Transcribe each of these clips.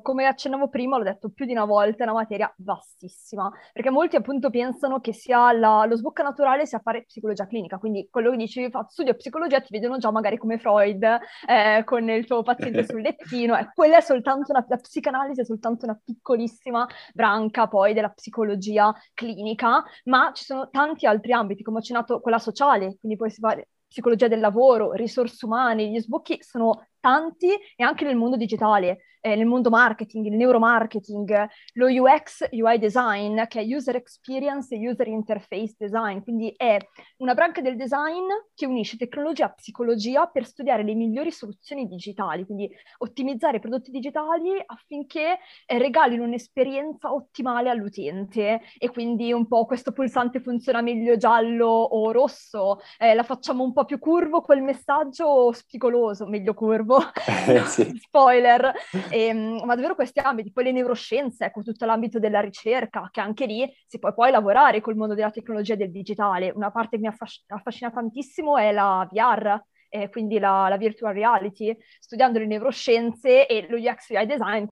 come accennavo prima, l'ho detto più di una volta, è una materia vastissima, perché molti appunto pensano che sia lo sbocca naturale sia fare psicologia clinica, quindi quello che dicevi, studio psicologia, ti vedono già magari come Freud, con il tuo paziente sul lettino, quella è soltanto la psicanalisi è soltanto una piccolissima branca poi della psicologia clinica, ma ci sono tanti altri ambiti, come ho accennato, quella sociale, quindi poi si fare psicologia del lavoro, risorse umane, gli sbocchi sono tanti e anche nel mondo digitale, nel mondo marketing, il neuromarketing, lo UX, UI design, che è User Experience e User Interface Design, quindi è una branca del design che unisce tecnologia e psicologia per studiare le migliori soluzioni digitali, quindi ottimizzare i prodotti digitali affinché regalino un'esperienza ottimale all'utente e quindi un po' questo pulsante funziona meglio giallo o rosso, la facciamo un po' più curvo quel messaggio o spigoloso, meglio curvo, no, Sì. spoiler, ma davvero questi ambiti, poi le neuroscienze, ecco tutto l'ambito della ricerca, che anche lì si può poi lavorare col mondo della tecnologia e del digitale. Una parte che mi affascina tantissimo è la VR, quindi la virtual reality, studiando le neuroscienze e lo UX UI design.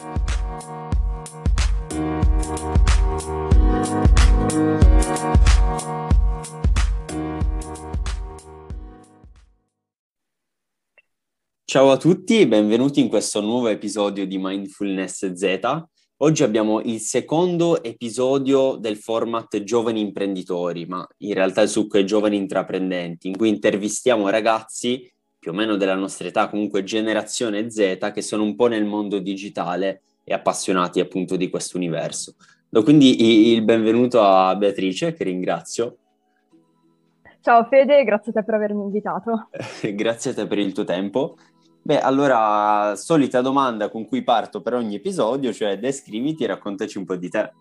Ciao a tutti e benvenuti in questo nuovo episodio di Mindfulness Z. Oggi abbiamo il secondo episodio del format Giovani Imprenditori, ma in realtà il succo è Giovani Intraprendenti, in cui intervistiamo ragazzi più o meno della nostra età, comunque generazione Z, che sono un po' nel mondo digitale e appassionati appunto di questo universo. Do quindi il benvenuto a Beatrice, che ringrazio. Ciao Fede, grazie a te per avermi invitato. Grazie a te per il tuo tempo. Beh, allora, solita domanda con cui parto per ogni episodio, cioè descriviti e raccontaci un po' di te.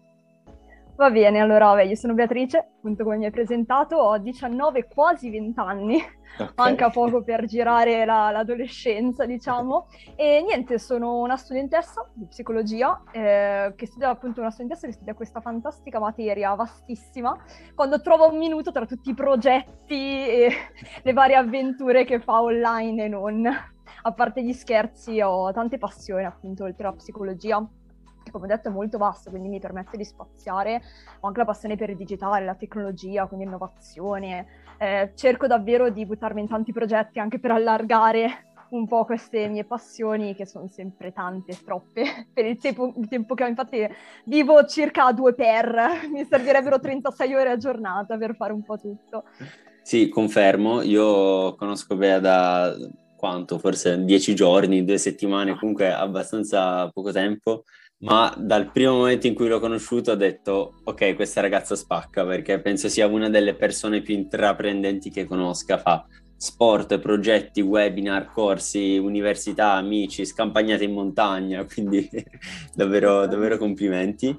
Va bene, allora, vabbè, io sono Beatrice, appunto come mi hai presentato, ho 19, quasi 20 anni, Ok. manca poco per girare l'adolescenza, diciamo, e niente, sono una studentessa di psicologia, che studia appunto una studentessa che studia questa fantastica materia vastissima, quando trova un minuto tra tutti i progetti e le varie avventure che fa online e non. A parte gli scherzi, ho tante passioni appunto oltre alla psicologia, che come ho detto è molto vasto, quindi mi permette di spaziare. Ho anche la passione per il digitale, la tecnologia, quindi innovazione. Cerco davvero di buttarmi in tanti progetti anche per allargare un po' queste mie passioni, che sono sempre tante, troppe, per il tempo che ho. Infatti vivo circa a due per, mi servirebbero 36 ore a giornata per fare un po' tutto. Sì, confermo, io conosco Bea da quanto? Forse 10 giorni, 2 settimane, comunque abbastanza poco tempo, ma dal primo momento in cui l'ho conosciuto ho detto, ok, questa ragazza spacca, perché penso sia una delle persone più intraprendenti che conosca, fa sport, progetti, webinar, corsi, università, amici, scampagnate in montagna, quindi davvero, davvero complimenti.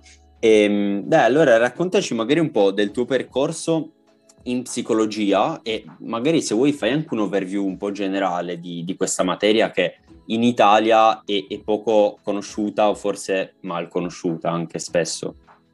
Dai, allora raccontaci magari un po' del tuo percorso in psicologia e magari se vuoi fai anche un overview un po' generale di questa materia che in Italia è poco conosciuta o forse mal conosciuta anche spesso.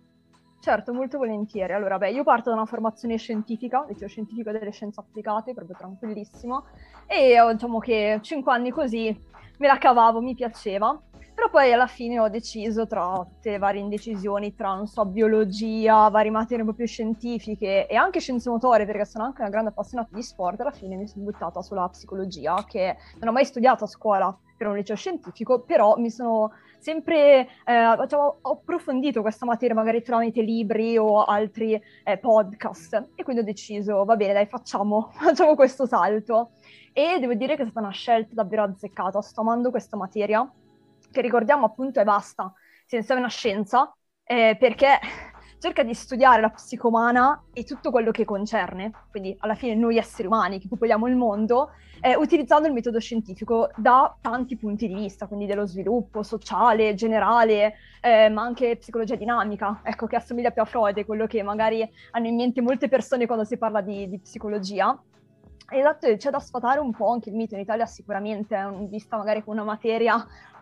Certo, molto volentieri. Allora, beh, io parto da una formazione scientifica, liceo scientifico delle scienze applicate, proprio tranquillissimo, e diciamo che 5 anni così me la cavavo, mi piaceva, però poi alla fine ho deciso, tra tutte le varie indecisioni, tra, non so, biologia, varie materie un po' più scientifiche e anche scienze motorie, perché sono anche una grande appassionata di sport, alla fine mi sono buttata sulla psicologia, che non ho mai studiato a scuola per un liceo scientifico, però mi sono sempre diciamo, ho approfondito questa materia magari tramite libri o altri podcast e quindi ho deciso, va bene, dai, facciamo questo salto. E devo dire che è stata una scelta davvero azzeccata. Sto amando questa materia, che ricordiamo appunto è vasta, senza una scienza, perché cerca di studiare la psiche umana e tutto quello che concerne, quindi alla fine noi esseri umani che popoliamo il mondo, utilizzando il metodo scientifico da tanti punti di vista, quindi dello sviluppo sociale, generale, ma anche psicologia dinamica, ecco, che assomiglia più a Freud, è quello che magari hanno in mente molte persone quando si parla di psicologia. Esatto, c'è da sfatare un po' anche il mito in Italia sicuramente, vista magari come una materia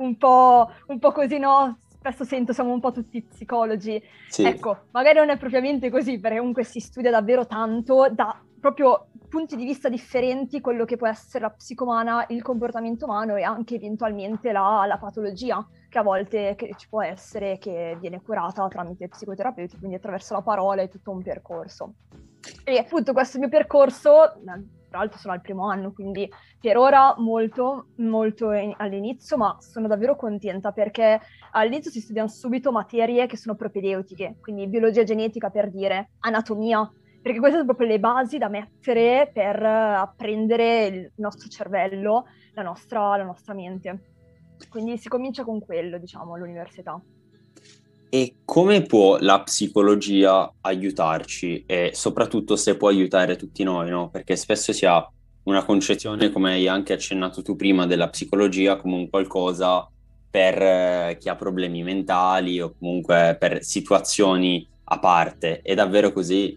un po' così, no? Spesso sento siamo un po' tutti psicologi. Sì. Ecco, magari non è propriamente così, perché comunque si studia davvero tanto da proprio punti di vista differenti quello che può essere la psicomana, il comportamento umano e anche eventualmente la patologia che a volte che ci può essere, che viene curata tramite psicoterapeuti, quindi attraverso la parola è tutto un percorso. E appunto questo mio percorso, tra l'altro sono al primo anno, quindi per ora molto, molto all'inizio, ma sono davvero contenta perché all'inizio si studiano subito materie che sono propedeutiche, quindi biologia genetica per dire, anatomia, perché queste sono proprio le basi da mettere per apprendere il nostro cervello, la nostra mente. Quindi si comincia con quello, diciamo, all'università. E come può la psicologia aiutarci e soprattutto se può aiutare tutti noi, no? Perché spesso si ha una concezione, come hai anche accennato tu prima, della psicologia come un qualcosa per chi ha problemi mentali o comunque per situazioni a parte. È davvero così?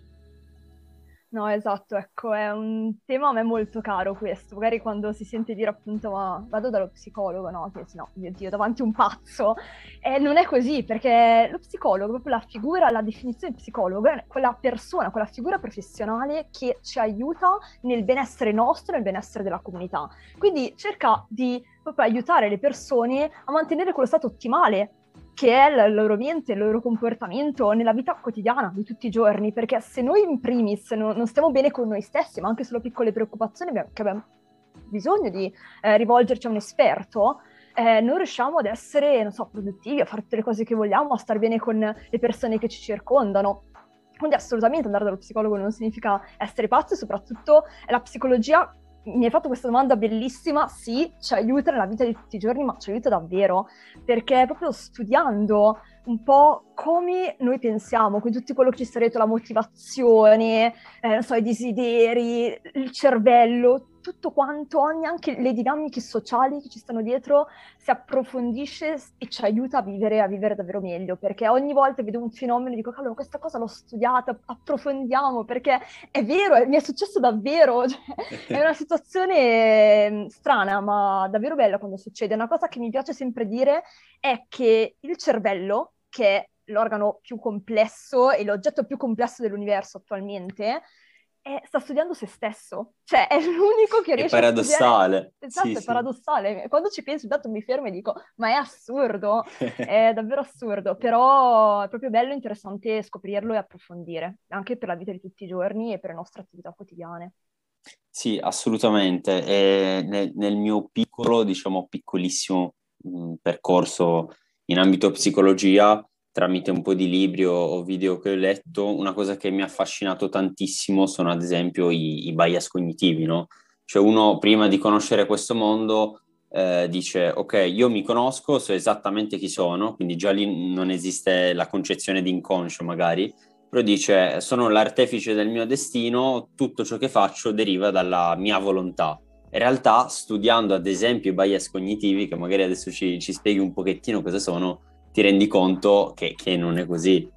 No, esatto, ecco, è un tema a me molto caro questo, magari quando si sente dire appunto ma vado dallo psicologo, no, che no, mio Dio, davanti a un pazzo, e non è così, perché lo psicologo, proprio la figura, la definizione di psicologo è quella persona, quella figura professionale che ci aiuta nel benessere nostro e nel benessere della comunità, quindi cerca di proprio aiutare le persone a mantenere quello stato ottimale, che è la loro mente, il loro comportamento nella vita quotidiana di tutti i giorni, perché se noi in primis non stiamo bene con noi stessi, ma anche solo piccole preoccupazioni che abbiamo bisogno di rivolgerci a un esperto, non riusciamo ad essere, non so, produttivi, a fare tutte le cose che vogliamo, a star bene con le persone che ci circondano. Quindi assolutamente andare dallo psicologo non significa essere pazzi, soprattutto la psicologia. Mi hai fatto questa domanda bellissima, sì, ci aiuta nella vita di tutti i giorni, ma ci aiuta davvero, perché proprio studiando un po' come noi pensiamo, quindi tutto quello che ci sta dietro, la motivazione, non so, i desideri, il cervello, tutto quanto, anche le dinamiche sociali che ci stanno dietro, si approfondisce e ci aiuta a vivere davvero meglio, perché ogni volta vedo un fenomeno e dico, cavolo, questa cosa l'ho studiata, approfondiamo, perché è vero, mi è successo davvero, cioè, è una situazione strana, ma davvero bella quando succede. Una cosa che mi piace sempre dire è che il cervello, che è l'organo più complesso e l'oggetto più complesso dell'universo attualmente, sta studiando se stesso. Cioè, è l'unico che È riesce a studiare. paradossale, sì, Esatto, è sì. paradossale. Quando ci penso, intanto mi fermo e dico, ma è assurdo, è davvero assurdo, però è proprio bello e interessante scoprirlo e approfondire, anche per la vita di tutti i giorni e per le nostre attività quotidiane. Sì, assolutamente. E nel mio piccolo, diciamo piccolissimo percorso in ambito psicologia, tramite un po' di libri o video che ho letto, una cosa che mi ha affascinato tantissimo sono ad esempio i bias cognitivi, no? Cioè uno prima di conoscere questo mondo dice, ok, io mi conosco, so esattamente chi sono, quindi già lì non esiste la concezione di inconscio magari, però dice sono l'artefice del mio destino, tutto ciò che faccio deriva dalla mia volontà. In realtà, studiando ad esempio i bias cognitivi, che magari adesso ci spieghi un pochettino cosa sono, ti rendi conto che non è così.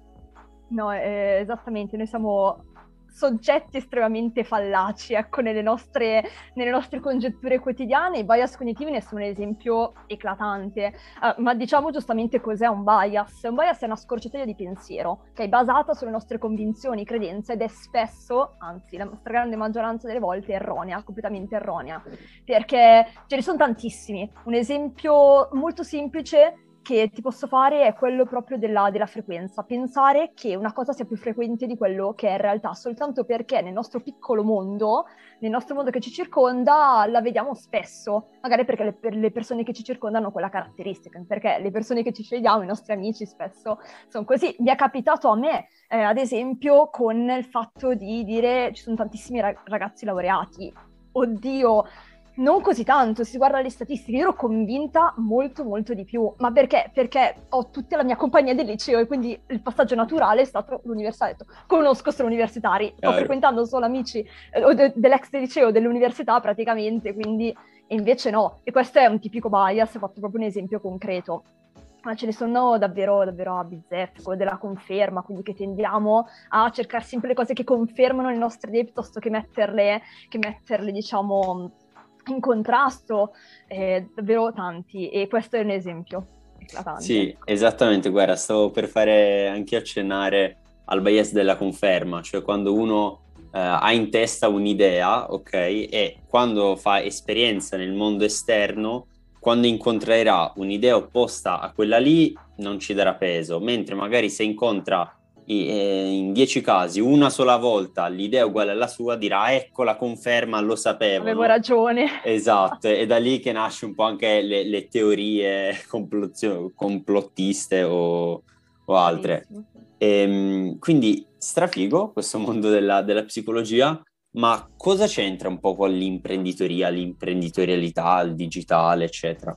No, esattamente, noi siamo soggetti estremamente fallaci, ecco, nelle nostre congetture quotidiane. I bias cognitivi ne sono un esempio eclatante. Ma diciamo giustamente cos'è un bias? Un bias è una scorciatoia di pensiero, che è basata sulle nostre convinzioni, credenze, ed è spesso, anzi la stragrande maggioranza delle volte, erronea, completamente erronea, perché ce ne sono tantissimi. Un esempio molto semplice che ti posso fare è quello proprio della frequenza. Pensare che una cosa sia più frequente di quello che è in realtà, soltanto perché nel nostro piccolo mondo, nel nostro mondo che ci circonda, la vediamo spesso, magari perché le persone che ci circondano hanno quella caratteristica, perché le persone che ci scegliamo, i nostri amici, spesso sono così. Mi è capitato a me, ad esempio, con il fatto di dire ci sono tantissimi ragazzi laureati. Oddio, non così tanto, se si guarda le statistiche, io ero convinta molto molto di più, ma perché? Perché ho tutta la mia compagnia del liceo e quindi il passaggio naturale è stato l'università. Ho detto, conosco solo universitari, sto Chiaro. frequentando solo amici dell'ex liceo, dell'università praticamente, quindi e invece no. E questo è un tipico bias, ho fatto proprio un esempio concreto. Ma ce ne sono davvero, davvero a bizzeffe, quello della conferma, quindi che tendiamo a cercare sempre le cose che confermano le nostre idee piuttosto che metterle, diciamo, in contrasto, davvero tanti, e questo è un esempio eclatante, Sì, ecco. esattamente, guarda, stavo per fare anche accennare al bias della conferma, cioè quando uno ha in testa un'idea, ok, e quando fa esperienza nel mondo esterno quando incontrerà un'idea opposta a quella lì non ci darà peso, mentre magari se incontra in 10 casi una sola volta l'idea uguale alla sua, dirà ecco la conferma, lo sapevo, Avevo no? Ragione. Esatto, è da lì che nasce un po' anche le teorie complottiste o altre. Bravissimo. Quindi strafigo questo mondo della psicologia, ma cosa c'entra un po' con l'imprenditoria, l'imprenditorialità, il digitale, eccetera?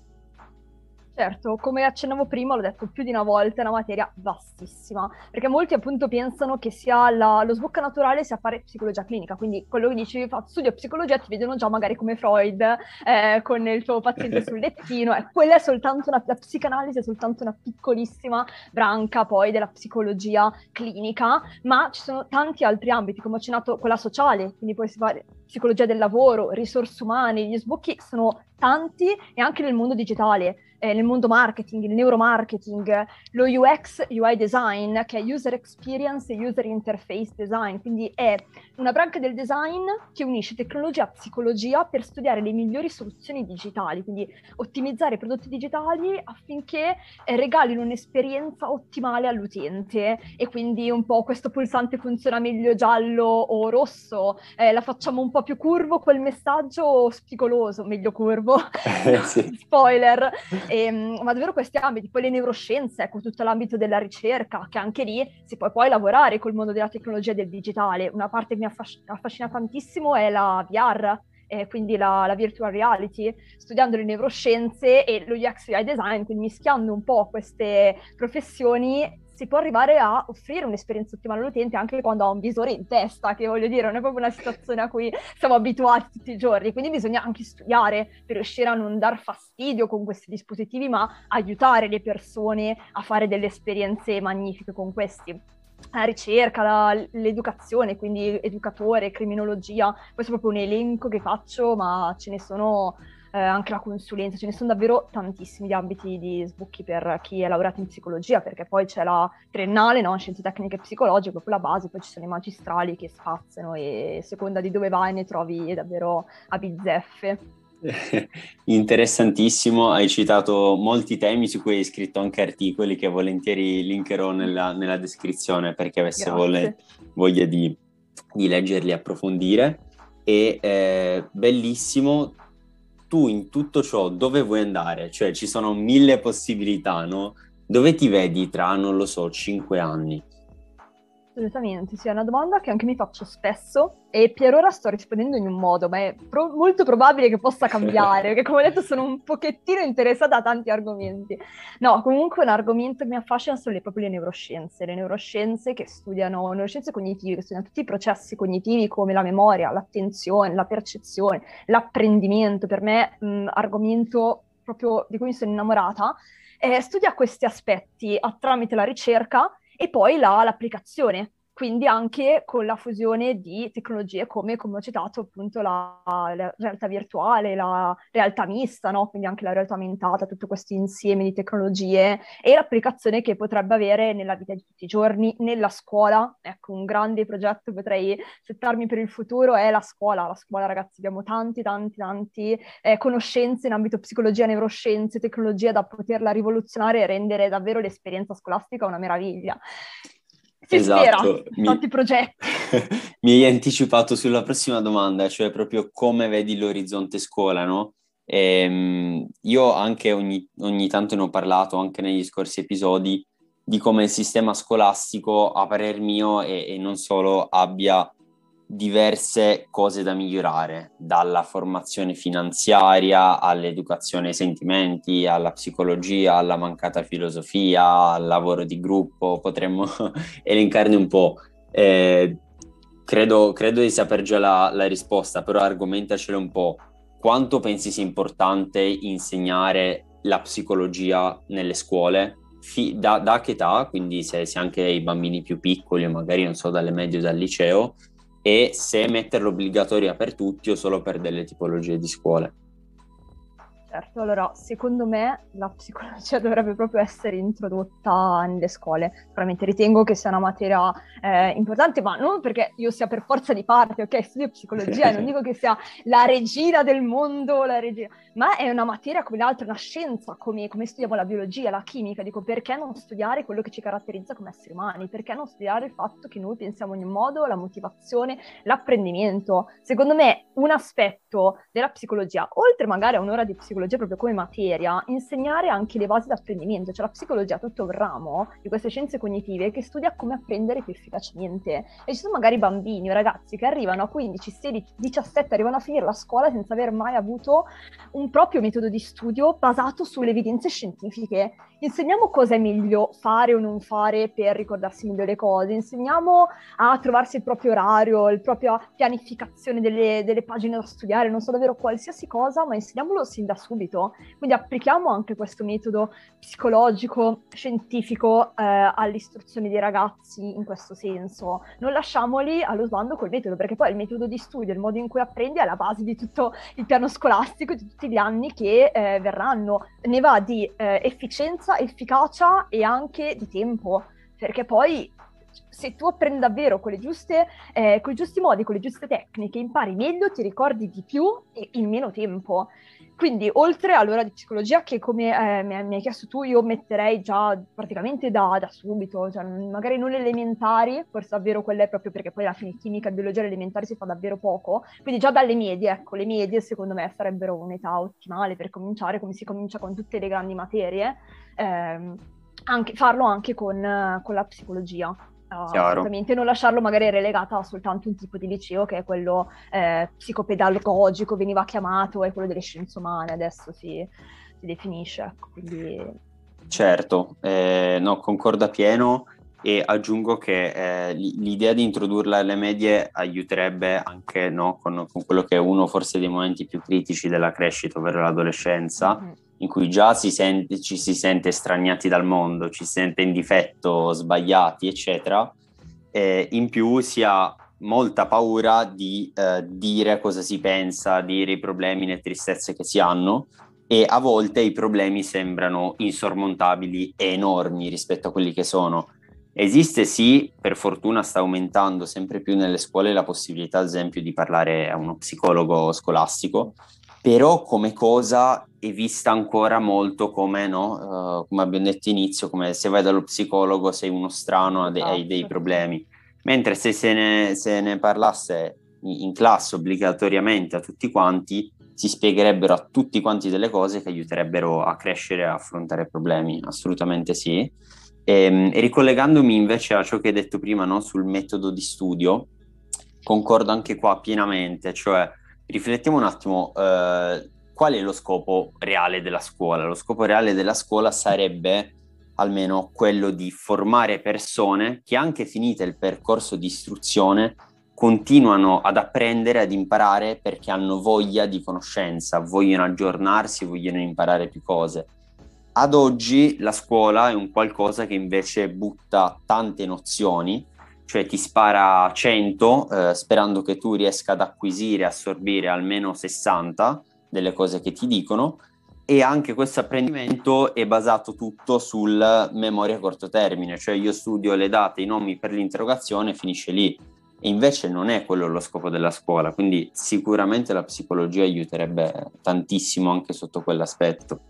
Certo, come accennavo prima, l'ho detto più di una volta, è una materia vastissima, perché molti appunto pensano che sia lo sbocca naturale sia fare psicologia clinica, quindi quello che dici, studio psicologia, ti vedono già magari come Freud, con il tuo paziente sul lettino, quella è soltanto la psicanalisi è soltanto una piccolissima branca poi della psicologia clinica, ma ci sono tanti altri ambiti, come ho accennato quella sociale, quindi poi si fare psicologia del lavoro, risorse umane, gli sbocchi sono tanti e anche nel mondo digitale, nel mondo marketing, il neuromarketing, lo UX, UI design, che è User Experience e User Interface Design, quindi è una branca del design che unisce tecnologia e psicologia per studiare le migliori soluzioni digitali, quindi ottimizzare i prodotti digitali affinché regalino un'esperienza ottimale all'utente e quindi un po' questo pulsante funziona meglio giallo o rosso, la facciamo un po' più curvo quel messaggio spigoloso, meglio curvo, Sì. spoiler. Ma davvero questi ambiti, poi le neuroscienze, ecco, tutto l'ambito della ricerca, che anche lì si può poi lavorare col mondo della tecnologia e del digitale. Una parte che mi affascina tantissimo è la VR, quindi la virtual reality, studiando le neuroscienze e lo UX UI design, quindi mischiando un po' queste professioni si può arrivare a offrire un'esperienza ottimale all'utente anche quando ha un visore in testa, che voglio dire, non è proprio una situazione a cui siamo abituati tutti i giorni, quindi bisogna anche studiare per riuscire a non dar fastidio con questi dispositivi, ma aiutare le persone a fare delle esperienze magnifiche con questi. La ricerca, l'educazione, quindi educatore, criminologia, questo è proprio un elenco che faccio, ma ce ne sono anche la consulenza, ce ne sono davvero tantissimi di ambiti di sbocchi per chi è laureato in psicologia, perché poi c'è la triennale, no? Scienze tecniche e psicologiche, proprio la base, poi ci sono i magistrali che spaziano e a seconda di dove vai ne trovi davvero a bizzeffe. Interessantissimo, hai citato molti temi su cui hai scritto anche articoli che volentieri linkerò nella descrizione perché avesse Grazie. voglia di leggerli e approfondire. E bellissimo, tu in tutto ciò dove vuoi andare? Cioè ci sono mille possibilità, no? Dove ti vedi tra, non lo so, 5 anni? Assolutamente, sì, è una domanda che anche mi faccio spesso e per ora sto rispondendo in un modo, ma è molto probabile che possa cambiare, perché come ho detto sono un pochettino interessata a tanti argomenti. No, comunque un argomento che mi affascina sono proprio le neuroscienze che studiano, neuroscienze cognitive, che studiano tutti i processi cognitivi come la memoria, l'attenzione, la percezione, l'apprendimento, per me argomento proprio di cui mi sono innamorata, studia questi aspetti tramite la ricerca e poi l'applicazione, quindi anche con la fusione di tecnologie come ho citato appunto la realtà virtuale, la realtà mista, no? Quindi anche la realtà aumentata, tutto questo insieme di tecnologie e l'applicazione che potrebbe avere nella vita di tutti i giorni, nella scuola. Ecco, un grande progetto potrei settarmi per il futuro è la scuola. La scuola, ragazzi, abbiamo tanti conoscenze in ambito psicologia, neuroscienze, tecnologia da poterla rivoluzionare e rendere davvero l'esperienza scolastica una meraviglia. Si spera, Esatto, tanti progetti. mi hai anticipato sulla prossima domanda, cioè proprio come vedi l'orizzonte scuola, no? Io anche ogni tanto ne ho parlato anche negli scorsi episodi di come il sistema scolastico, a parer mio, e non solo, abbia diverse cose da migliorare, dalla formazione finanziaria all'educazione ai sentimenti, alla psicologia, alla mancata filosofia, al lavoro di gruppo, potremmo elencarne un po'. Credo di saper già la risposta, però argomentacelo un po'. Quanto pensi sia importante insegnare la psicologia nelle scuole? Da che età? Quindi se anche i bambini più piccoli, o magari non so, dalle medie o dal liceo, e se metterla obbligatoria per tutti o solo per delle tipologie di scuole? Certo, allora secondo me la psicologia dovrebbe proprio essere introdotta nelle scuole. Sicuramente ritengo che sia una materia importante, ma non perché io sia per forza di parte, ok? Studio psicologia e non dico che sia la regina del mondo, la regina, ma è una materia come l'altra, una scienza, come studiamo la biologia, la chimica. Dico, perché non studiare quello che ci caratterizza come esseri umani? Perché non studiare il fatto che noi pensiamo in un modo, la motivazione, l'apprendimento? Secondo me un aspetto della psicologia, oltre magari a un'ora di psicologia proprio come materia, insegnare anche le basi d'apprendimento, cioè la psicologia è tutto un ramo di queste scienze cognitive che studia come apprendere più efficacemente. E ci sono magari bambini o ragazzi che arrivano a 15, 16, 17, arrivano a finire la scuola senza aver mai avuto un proprio metodo di studio basato sulle evidenze scientifiche. Insegniamo cosa è meglio fare o non fare per ricordarsi meglio le cose, insegniamo a trovarsi il proprio orario, la propria pianificazione delle pagine da studiare, non so davvero qualsiasi cosa, ma insegniamolo sin da subito. Quindi applichiamo anche questo metodo psicologico, scientifico all'istruzione dei ragazzi in questo senso. Non lasciamoli allo sbando col metodo, perché poi il metodo di studio, il modo in cui apprendi è la base di tutto il piano scolastico, di tutti gli anni che verranno. Ne va di efficienza, efficacia e anche di tempo, perché poi se tu apprendi davvero con i giusti modi, con le giuste tecniche, impari meglio, ti ricordi di più e in meno tempo. Quindi, oltre all'ora di psicologia, che come mi hai chiesto tu, io metterei già praticamente da subito, cioè magari non elementari, forse davvero quelle proprio perché poi alla fine chimica e biologia elementari si fa davvero poco, quindi già dalle medie, ecco, le medie secondo me sarebbero un'età ottimale per cominciare, come si comincia con tutte le grandi materie, farlo anche con la psicologia. Chiaro. Assolutamente, non lasciarlo magari relegata a soltanto un tipo di liceo che è quello psicopedagogico, veniva chiamato, è quello delle scienze umane, adesso si definisce, ecco, quindi... Certo, no, concordo appieno e aggiungo che l'idea di introdurla alle medie aiuterebbe anche, no, con quello che è uno forse dei momenti più critici della crescita, ovvero l'adolescenza, Mhm. in cui già ci si sente estraniati dal mondo, ci si sente in difetto, sbagliati, eccetera. In più si ha molta paura di dire cosa si pensa, dire i problemi, le tristezze che si hanno, e a volte i problemi sembrano insormontabili e enormi rispetto a quelli che sono. Esiste sì, per fortuna sta aumentando sempre più nelle scuole la possibilità, ad esempio, di parlare a uno psicologo scolastico, però come cosa è vista ancora molto come, no, come abbiamo detto inizio, come se vai dallo psicologo sei uno strano, hai dei Esatto. problemi. Mentre se ne parlasse in classe obbligatoriamente a tutti quanti, si spiegherebbero a tutti quanti delle cose che aiuterebbero a crescere e a affrontare problemi, assolutamente sì. E ricollegandomi invece a ciò che hai detto prima, no, sul metodo di studio, concordo anche qua pienamente, cioè riflettiamo un attimo, qual è lo scopo reale della scuola? Lo scopo reale della scuola sarebbe almeno quello di formare persone che anche finite il percorso di istruzione continuano ad apprendere, ad imparare perché hanno voglia di conoscenza, vogliono aggiornarsi, vogliono imparare più cose. Ad oggi la scuola è un qualcosa che invece butta tante nozioni, cioè ti spara 100 sperando che tu riesca ad acquisire, assorbire almeno 60 delle cose che ti dicono, e anche questo apprendimento è basato tutto sul memoria a corto termine, cioè io studio le date, i nomi per l'interrogazione e finisce lì. E invece non è quello lo scopo della scuola, quindi sicuramente la psicologia aiuterebbe tantissimo anche sotto quell'aspetto.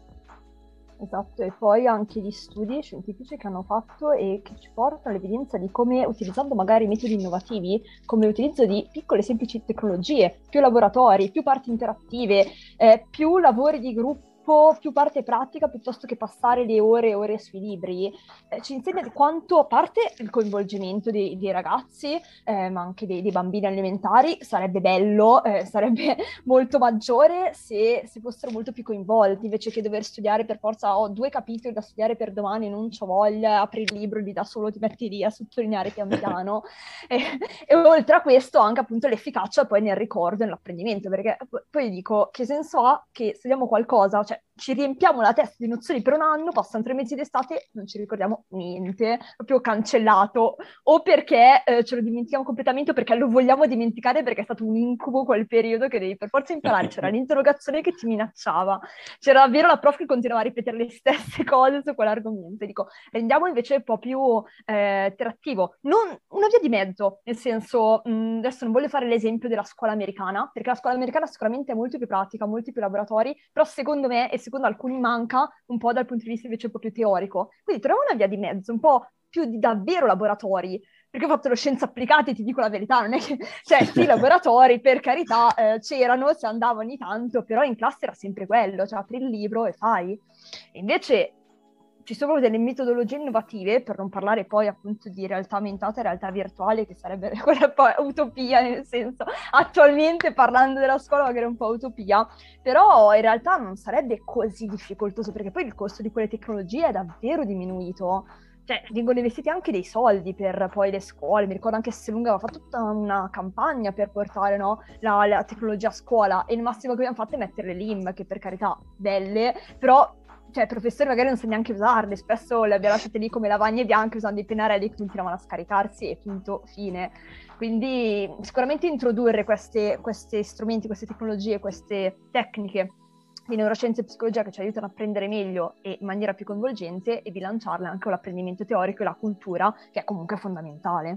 Esatto, e poi anche gli studi scientifici che hanno fatto e che ci portano l'evidenza di come, utilizzando magari metodi innovativi, come l'utilizzo di piccole semplici tecnologie, più laboratori, più parti interattive, più lavori di gruppo, più parte pratica, piuttosto che passare le ore e ore sui libri, ci insegna di quanto, a parte il coinvolgimento dei ragazzi, ma anche dei bambini elementari, sarebbe bello, sarebbe molto maggiore se fossero molto più coinvolti, invece che dover studiare per forza, ho 2 capitoli da studiare per domani, non c'ho voglia, apri il libro, li da solo, ti metti lì a sottolineare pian piano. E, e oltre a questo anche appunto l'efficacia poi nel ricordo e nell'apprendimento, perché poi dico, che senso ha che studiamo qualcosa, cioè ci riempiamo la testa di nozioni per un anno, passano 3 mesi d'estate, non ci ricordiamo niente, proprio cancellato, o perché ce lo dimentichiamo completamente, o perché lo vogliamo dimenticare perché è stato un incubo quel periodo che devi per forza imparare. C'era l'interrogazione che ti minacciava, c'era davvero la prof che continuava a ripetere le stesse cose su quell'argomento. Dico, rendiamo invece un po' più interattivo, non una via di mezzo, nel senso, adesso non voglio fare l'esempio della scuola americana, perché la scuola americana sicuramente è molto più pratica, molti più laboratori, però secondo me e secondo alcuni manca un po' dal punto di vista invece un po' più teorico. Quindi troviamo una via di mezzo, un po' più di davvero laboratori, perché ho fatto lo scienze applicate, ti dico la verità, non è che, cioè, sì, laboratori, per carità, c'erano, si andava ogni tanto, però in classe era sempre quello, cioè apri il libro e fai. E invece ci sono delle metodologie innovative, per non parlare poi appunto di realtà aumentata e realtà virtuale, che sarebbe quella poi utopia, nel senso, attualmente parlando della scuola magari è un po' utopia, però in realtà non sarebbe così difficoltoso, perché poi il costo di quelle tecnologie è davvero diminuito. Cioè, vengono investiti anche dei soldi per poi le scuole. Mi ricordo anche Esselunga aveva fatto tutta una campagna per portare, no, la tecnologia a scuola, e il massimo che abbiamo fatto è mettere le LIM, che per carità, belle, però cioè, i professori magari non sanno neanche usarle, spesso le abbiamo lasciate lì come lavagne bianche usando i pennarelli che continuavano a scaricarsi e punto, fine. Quindi sicuramente introdurre questi strumenti, queste tecnologie, queste tecniche di neuroscienze e psicologia che ci aiutano a apprendere meglio e in maniera più coinvolgente, e bilanciarle anche con l'apprendimento teorico e la cultura, che è comunque fondamentale.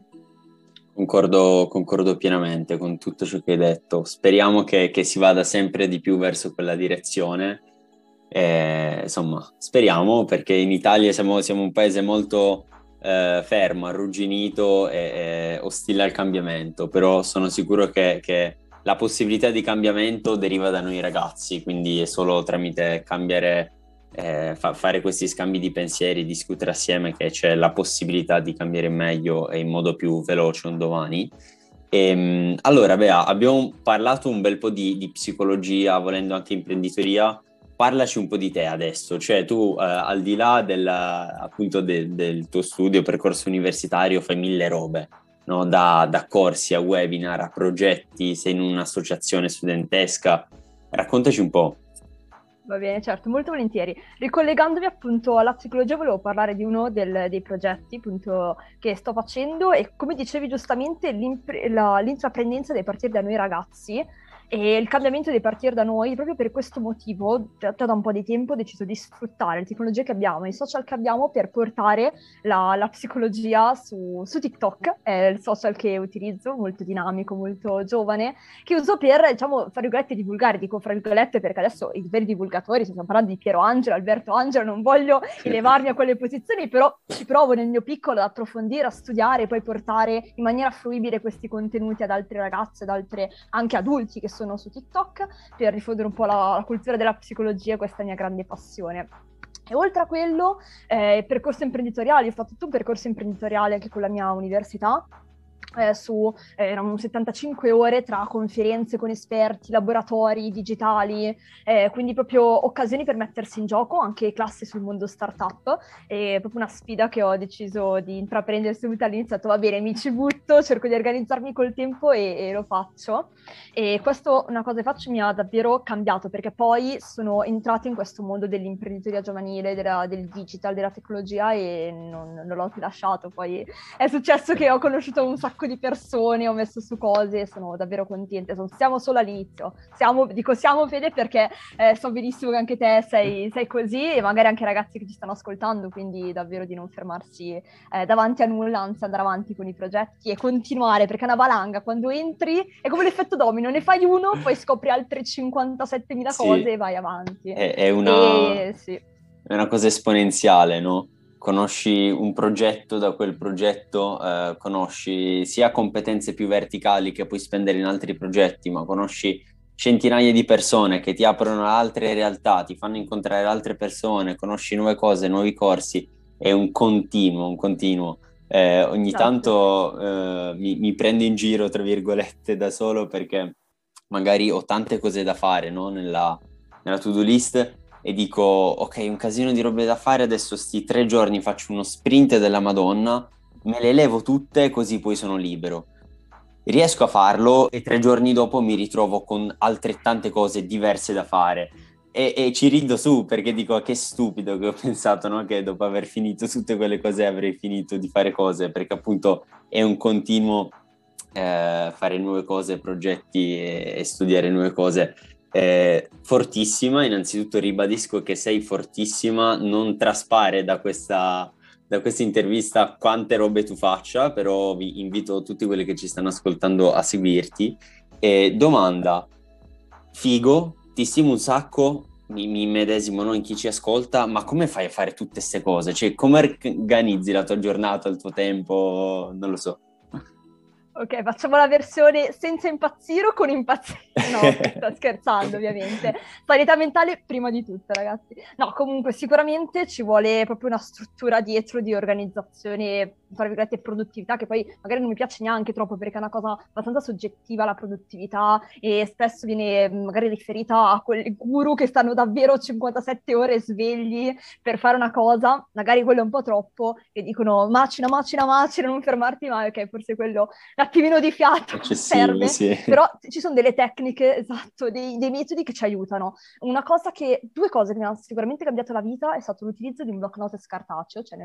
Concordo pienamente con tutto ciò che hai detto. Speriamo che si vada sempre di più verso quella direzione. Insomma, speriamo, perché in Italia siamo un paese molto fermo, arrugginito e ostile al cambiamento, però sono sicuro che la possibilità di cambiamento deriva da noi ragazzi, quindi è solo tramite cambiare, fare questi scambi di pensieri, discutere assieme, che c'è la possibilità di cambiare in meglio e in modo più veloce un domani. Allora, Bea, abbiamo parlato un bel po' di psicologia, volendo anche imprenditoria. Parlaci un po' di te adesso, cioè tu al di là appunto del tuo studio, percorso universitario, fai mille robe, no? Da corsi a webinar a progetti, sei in un'associazione studentesca, raccontaci un po'. Va bene, certo, molto volentieri. Ricollegandomi appunto alla psicologia, volevo parlare di uno dei progetti appunto che sto facendo, e come dicevi giustamente l'intraprendenza deve partire da noi ragazzi, e il cambiamento deve partire da noi. Proprio per questo motivo già da un po' di tempo ho deciso di sfruttare le tecnologie che abbiamo, i social che abbiamo, per portare la psicologia su TikTok, è il social che utilizzo, molto dinamico, molto giovane, che uso per, diciamo, fra virgolette, divulgare. Dico fra virgolette perché adesso i veri divulgatori, stiamo parlando di Piero Angelo, Alberto Angelo, non voglio elevarmi a quelle posizioni, però ci provo nel mio piccolo ad approfondire, a studiare e poi portare in maniera fruibile questi contenuti ad altre ragazze, ad altre anche adulti che sono su TikTok, per diffondere un po' la cultura della psicologia, questa mia grande passione. E oltre a quello, percorso imprenditoriale, ho fatto tutto un percorso imprenditoriale anche con la mia università, erano 75 ore tra conferenze con esperti, laboratori digitali, quindi proprio occasioni per mettersi in gioco, anche classi sul mondo startup. È proprio una sfida che ho deciso di intraprendere subito all'inizio. Ho detto, va bene, mi ci butto, cerco di organizzarmi col tempo e lo faccio. E questo, una cosa che faccio, mi ha davvero cambiato, perché poi sono entrata in questo mondo dell'imprenditoria giovanile, del digital, della tecnologia, e non l'ho più lasciato. Poi è successo che ho conosciuto un sacco di persone, ho messo su cose e sono davvero contenta. Siamo solo all'inizio. Siamo Fede, perché so benissimo che anche te sei così, e magari anche i ragazzi che ci stanno ascoltando, quindi davvero di non fermarsi davanti a nulla, anzi andare avanti con i progetti e continuare, perché è una valanga. Quando entri è come l'effetto domino, ne fai uno, poi scopri altre 57.000 Sì, cose e vai avanti. è Sì. è una cosa esponenziale, no? Conosci un progetto, da quel progetto conosci sia competenze più verticali che puoi spendere in altri progetti, ma conosci centinaia di persone che ti aprono altre realtà, ti fanno incontrare altre persone, conosci nuove cose, nuovi corsi. È un continuo, un continuo. Ogni Esatto. tanto mi prendo in giro, tra virgolette, da solo, perché magari ho tante cose da fare, no? Nella to-do list, e dico, ok, un casino di robe da fare, adesso sti 3 giorni faccio uno sprint della Madonna, me le levo tutte, così poi sono libero. Riesco a farlo e 3 giorni dopo mi ritrovo con altrettante cose diverse da fare. E ci rido su perché dico che stupido che ho pensato, no? Che dopo aver finito tutte quelle cose avrei finito di fare cose, perché appunto è un continuo fare nuove cose, progetti e studiare nuove cose. Fortissima, innanzitutto ribadisco che sei fortissima, non traspare da questa intervista quante robe tu faccia, però vi invito tutti quelli che ci stanno ascoltando a seguirti. Domanda, figo, ti stimo un sacco, mi medesimo, no, in chi ci ascolta, ma come fai a fare tutte queste cose? Cioè, come organizzi la tua giornata, il tuo tempo? Non lo so. Ok, facciamo la versione senza impazzire o con impazzire? No, sto scherzando, ovviamente. Sanità mentale prima di tutto, ragazzi. No, comunque sicuramente ci vuole proprio una struttura dietro di organizzazione, tra virgolette, produttività, che poi magari non mi piace neanche troppo perché è una cosa abbastanza soggettiva la produttività e spesso viene magari riferita a quei guru che stanno davvero 57 ore svegli per fare una cosa, magari quello è un po' troppo, e dicono macina, macina, macina, non fermarti mai, ok, forse quello un attimino di fiato Eccessivo, serve, sì. però ci sono delle tecniche, esatto, dei metodi che ci aiutano. Due cose che mi hanno sicuramente cambiato la vita è stato l'utilizzo di un block notes cartaceo, cioè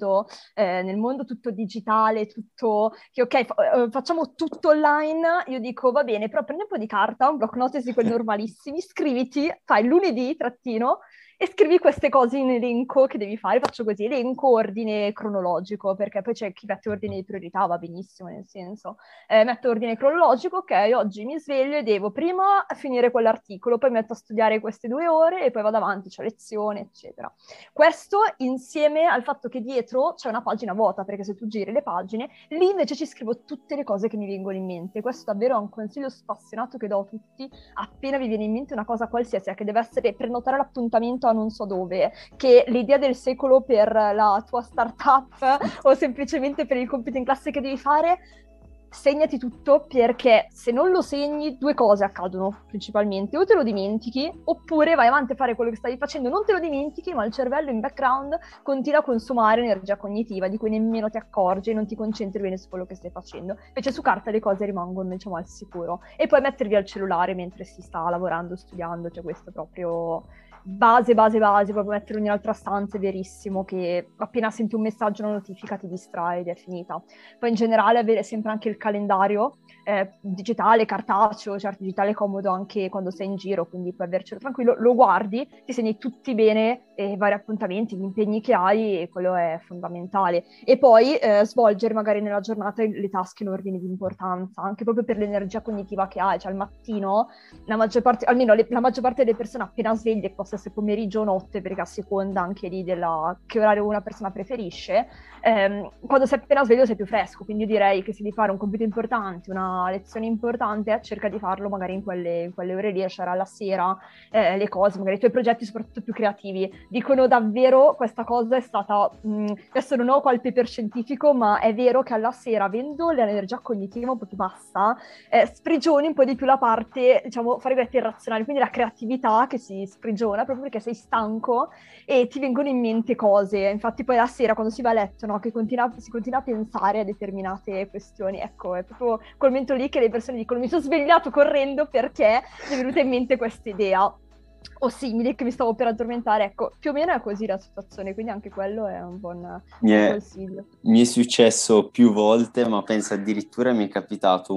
nel mondo tutto digitale, tutto, che ok, facciamo tutto online, io dico va bene, però prendi un po' di carta, un block notes di quelli normalissimi, scriviti, fai lunedì, trattino, e scrivi queste cose in elenco che devi fare. Faccio così, elenco, ordine cronologico, perché poi c'è chi mette ordine di priorità, va benissimo, nel senso, metto ordine cronologico, ok, oggi mi sveglio e devo prima finire quell'articolo, poi metto a studiare queste 2 ore e poi vado avanti, c'è lezione, eccetera. Questo insieme al fatto che dietro c'è una pagina vuota, perché se tu giri le pagine, lì invece ci scrivo tutte le cose che mi vengono in mente. Questo davvero è un consiglio spassionato che do a tutti, appena vi viene in mente una cosa qualsiasi, che deve essere prenotare l'appuntamento a non so dove, che l'idea del secolo per la tua startup o semplicemente per il compito in classe che devi fare, segnati tutto, perché se non lo segni 2 cose accadono principalmente: o te lo dimentichi oppure vai avanti a fare quello che stavi facendo, non te lo dimentichi ma il cervello in background continua a consumare energia cognitiva di cui nemmeno ti accorgi e non ti concentri bene su quello che stai facendo. Invece su carta le cose rimangono, diciamo, al sicuro. E poi mettervi al cellulare mentre si sta lavorando, studiando, cioè questo proprio base, proprio metterlo in un'altra stanza. È verissimo che appena senti un messaggio, una notifica, ti distrae ed è finita. Poi in generale avere sempre anche il calendario digitale, cartaceo, certo digitale è comodo anche quando sei in giro, quindi puoi avercelo tranquillo, lo guardi, ti segni tutti bene i vari appuntamenti, gli impegni che hai, e quello è fondamentale. E poi svolgere magari nella giornata le task in ordine di importanza, anche proprio per l'energia cognitiva che hai, cioè al mattino la maggior parte, almeno la maggior parte delle persone appena sveglie, che possa essere pomeriggio o notte, perché a seconda anche lì della che orario una persona preferisce, quando sei appena sveglio sei più fresco, quindi io direi che se devi fare un compito importante, una lezione importante, cerca di farlo magari in quelle ore lì, lasciare alla sera le cose, magari i tuoi progetti soprattutto più creativi. Dicono davvero, questa cosa è stata, adesso non ho qua il paper scientifico, ma è vero che alla sera, avendo l'energia cognitiva un po' più bassa, sprigioni un po' di più la parte, diciamo, fra virgolette, irrazionale, quindi la creatività che si sprigiona proprio perché sei stanco e ti vengono in mente cose. Infatti poi la sera quando si va a letto, no, che si continua a pensare a determinate questioni, ecco, è proprio quel momento lì che le persone dicono mi sono svegliato correndo perché mi è venuta in mente questa idea o simile, che mi stavo per addormentare. Ecco, più o meno è così la situazione, quindi anche quello è un buon consiglio. Mi è successo più volte, ma penso addirittura mi è capitato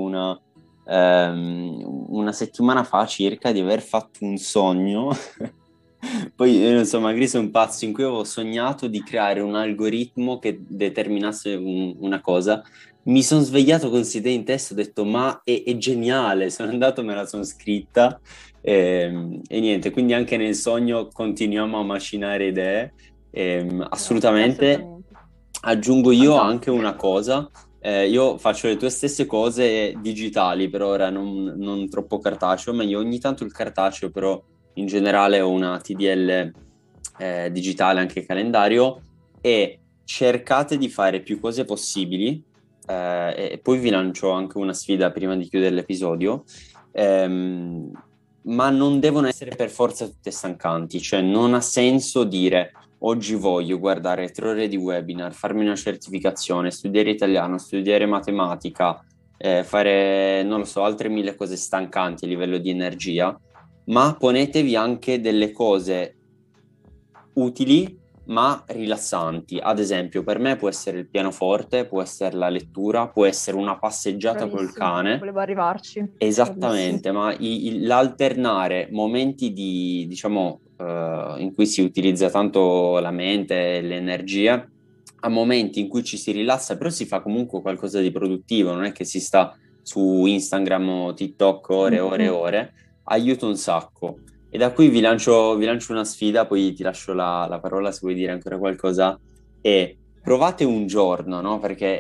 una settimana fa circa di aver fatto un sogno. Poi, non so, magari sono un pazzo, in cui avevo sognato di creare un algoritmo che determinasse una cosa. Mi sono svegliato con questa idea in testa, ho detto, ma è geniale, sono andato, me la sono scritta e niente, quindi anche nel sogno continuiamo a macinare idee. Assolutamente. Assolutamente. Aggiungo io anche Fantastico. una cosa. Io faccio le tue stesse cose digitali per ora, non troppo cartaceo, ma io ogni tanto il cartaceo, però in generale ho una TDL digitale, anche calendario, e cercate di fare più cose possibili, e poi vi lancio anche una sfida prima di chiudere l'episodio, ma non devono essere per forza tutte stancanti, cioè non ha senso dire oggi voglio guardare 3 ore di webinar, farmi una certificazione, studiare italiano, studiare matematica, fare, non lo so, altre 1000 cose stancanti a livello di energia. ma ponetevi anche delle cose utili ma rilassanti. Ad esempio, per me può essere il pianoforte, può essere la lettura, può essere una passeggiata col Bravissimo, cane. volevo arrivarci. Esattamente, Bravissimo. ma l'alternare momenti diciamo, in cui si utilizza tanto la mente e l'energia a momenti in cui ci si rilassa, però si fa comunque qualcosa di produttivo, non è che si sta su Instagram o TikTok ore e ore e ore, aiuta un sacco. E da qui vi lancio una sfida, poi ti lascio la parola se vuoi dire ancora qualcosa, e provate un giorno, no? Perché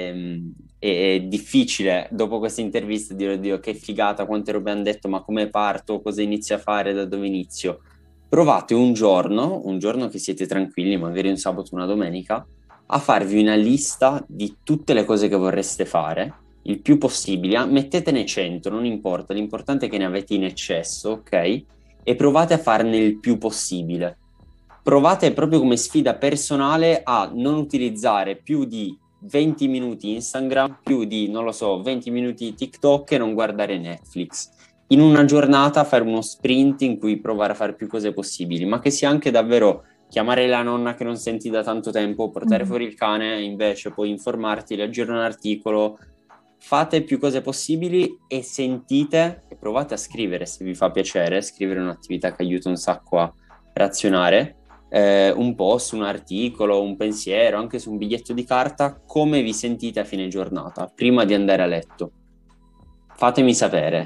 è difficile dopo questa intervista dire, oddio, che figata, quante robe hanno detto, ma come parto, cosa inizio a fare, da dove inizio? Provate un giorno che siete tranquilli, magari un sabato, una domenica, a farvi una lista di tutte le cose che vorreste fare, il più possibile, mettetene 100, non importa, l'importante è che ne avete in eccesso, ok? E provate a farne il più possibile. Provate proprio come sfida personale a non utilizzare più di 20 minuti Instagram, più di, non lo so, 20 minuti TikTok e non guardare Netflix. In una giornata fare uno sprint in cui provare a fare più cose possibili, ma che sia anche davvero chiamare la nonna che non senti da tanto tempo, portare fuori il cane, invece poi informarti, leggere un articolo, fate più cose possibili e sentite e provate a scrivere se vi fa piacere, scrivere è un'attività che aiuta un sacco a razionare, un post, un articolo, un pensiero, anche su un biglietto di carta, come vi sentite a fine giornata, prima di andare a letto. Fatemi sapere,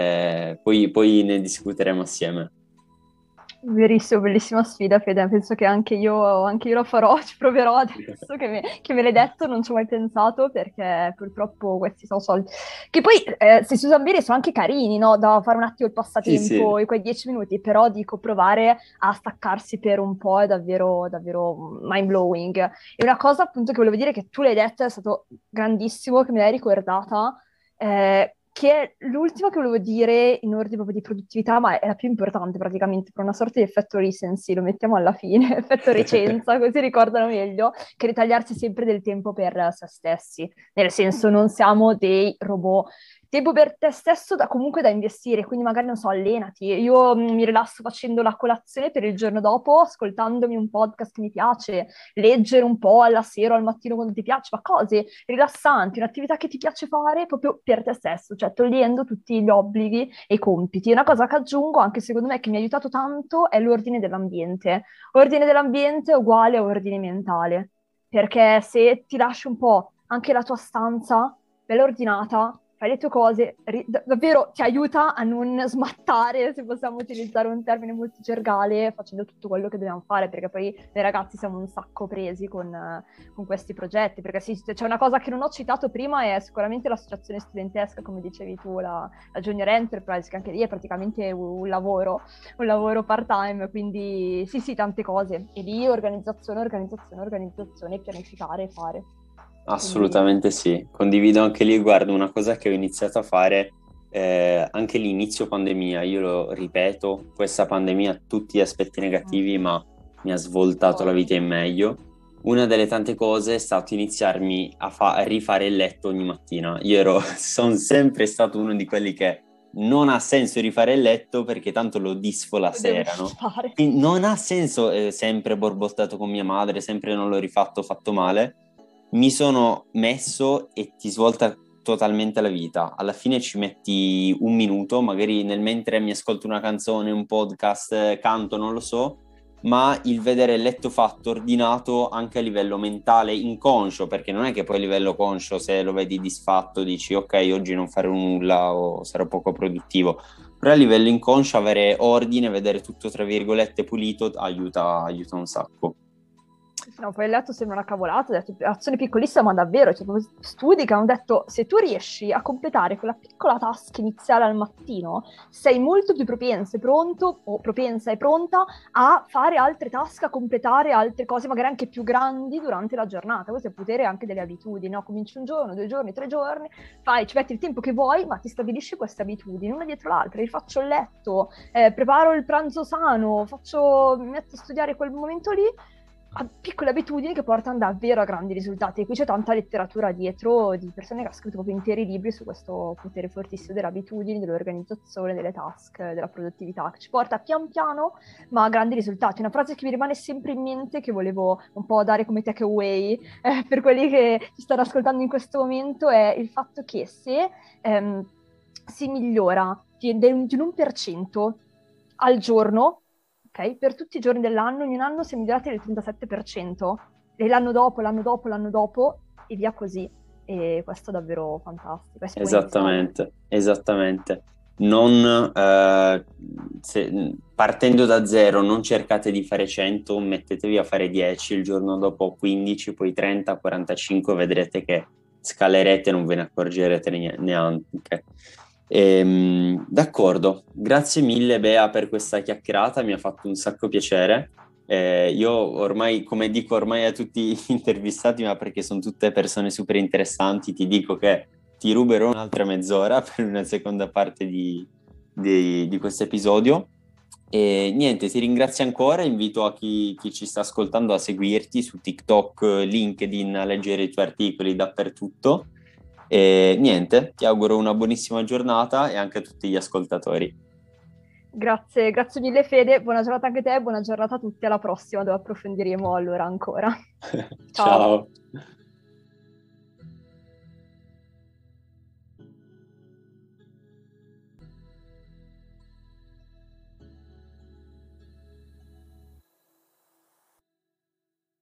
poi ne discuteremo assieme. Verissimo, bellissima sfida, Fede. Penso che anche io la farò, ci proverò adesso che me l'hai detto, non ci ho mai pensato perché purtroppo questi social, che poi se si usano bene sono anche carini, no? Da fare un attimo il Sì, sì. passatempo e quei 10 minuti, però dico provare a staccarsi per un po' è davvero, davvero mind blowing. E una cosa appunto che volevo dire che tu l'hai detto, è stato grandissimo che me l'hai ricordata, che è l'ultima che volevo dire in ordine proprio di produttività, ma è la più importante praticamente, per una sorta di effetto recency, lo mettiamo alla fine, effetto recenza, così ricordano meglio, che ritagliarsi sempre del tempo per se stessi, nel senso non siamo dei robot. Tempo per te stesso comunque da investire, quindi magari non so, allenati. Io mi rilasso facendo la colazione per il giorno dopo, ascoltandomi un podcast che mi piace, leggere un po' alla sera o al mattino quando ti piace, ma cose rilassanti, un'attività che ti piace fare proprio per te stesso, cioè togliendo tutti gli obblighi e i compiti. Una cosa che aggiungo, anche secondo me, che mi ha aiutato tanto, è l'ordine dell'ambiente. Ordine dell'ambiente è uguale a ordine mentale, perché se ti lasci un po' anche la tua stanza bella ordinata, fai le tue cose, davvero ti aiuta a non smattare, se possiamo utilizzare un termine molto gergale, facendo tutto quello che dobbiamo fare, perché poi noi ragazzi siamo un sacco presi con questi progetti, perché sì, c'è una cosa che non ho citato prima, è sicuramente l'associazione studentesca, come dicevi tu, la Junior Enterprise, che anche lì è praticamente un lavoro part-time, quindi sì, sì, tante cose. E lì organizzazione, organizzazione, organizzazione, pianificare e fare. Quindi Assolutamente sì, condivido anche lì, guarda, una cosa che ho iniziato a fare anche l'inizio pandemia, io lo ripeto, questa pandemia ha tutti gli aspetti negativi, ma mi ha svoltato la vita in meglio. Una delle tante cose è stato iniziarmi a rifare il letto ogni mattina. Sono sempre stato uno di quelli che non ha senso rifare il letto perché tanto lo disfo la lo devo sera, no? fare. Quindi non ha senso sempre borbottato con mia madre, sempre non l'ho rifatto, fatto male. Mi sono messo e ti svolta totalmente la vita. Alla fine ci metti un minuto, magari nel mentre mi ascolto una canzone, un podcast, canto, non lo so, ma il vedere il letto fatto, ordinato anche a livello mentale, inconscio, perché non è che poi a livello conscio, se lo vedi disfatto, dici ok, oggi non farò nulla o sarò poco produttivo. Però a livello inconscio avere ordine, vedere tutto tra virgolette pulito, aiuta un sacco. No, poi il letto sembra una cavolata, ho detto azione piccolissima, ma davvero, c'è proprio studi che hanno detto se tu riesci a completare quella piccola task iniziale al mattino, sei molto più propenso e pronto, o propensa e pronta a fare altre task, a completare altre cose, magari anche più grandi durante la giornata. Questo è il potere anche delle abitudini, no? Cominci un giorno, 2 giorni, 3 giorni, ci metti il tempo che vuoi, ma ti stabilisci queste abitudini, una dietro l'altra, rifaccio il letto, preparo il pranzo sano, mi metto a studiare quel momento lì, piccole abitudini che portano davvero a grandi risultati. E qui c'è tanta letteratura dietro di persone che hanno scritto proprio interi libri su questo potere fortissimo delle abitudini, dell'organizzazione, delle task, della produttività, che ci porta pian piano ma a grandi risultati. Una frase che mi rimane sempre in mente, che volevo un po' dare come takeaway per quelli che ci stanno ascoltando in questo momento, è il fatto che se si migliora di un % al giorno, ok? Per tutti i giorni dell'anno, ogni anno si è migliorati del 37%, e l'anno dopo, l'anno dopo, l'anno dopo, e via così. E questo è davvero fantastico, è esponenziale. Esattamente, esattamente. Non, partendo da zero, non cercate di fare 100, mettetevi a fare 10, il giorno dopo 15, poi 30, 45, vedrete che scalerete e non ve ne accorgerete neanche. D'accordo, grazie mille Bea per questa chiacchierata, mi ha fatto un sacco piacere. Io ormai, come dico ormai a tutti gli intervistati, ma perché sono tutte persone super interessanti, ti dico che ti ruberò un'altra mezz'ora per una seconda parte di questo episodio. E niente, ti ringrazio ancora, invito a chi ci sta ascoltando a seguirti su TikTok, LinkedIn, a leggere i tuoi articoli dappertutto. E niente, ti auguro una buonissima giornata e anche a tutti gli ascoltatori. Grazie, grazie mille Fede, buona giornata anche a te, buona giornata a tutti, alla prossima dove approfondiremo allora ancora. Ciao! Ciao.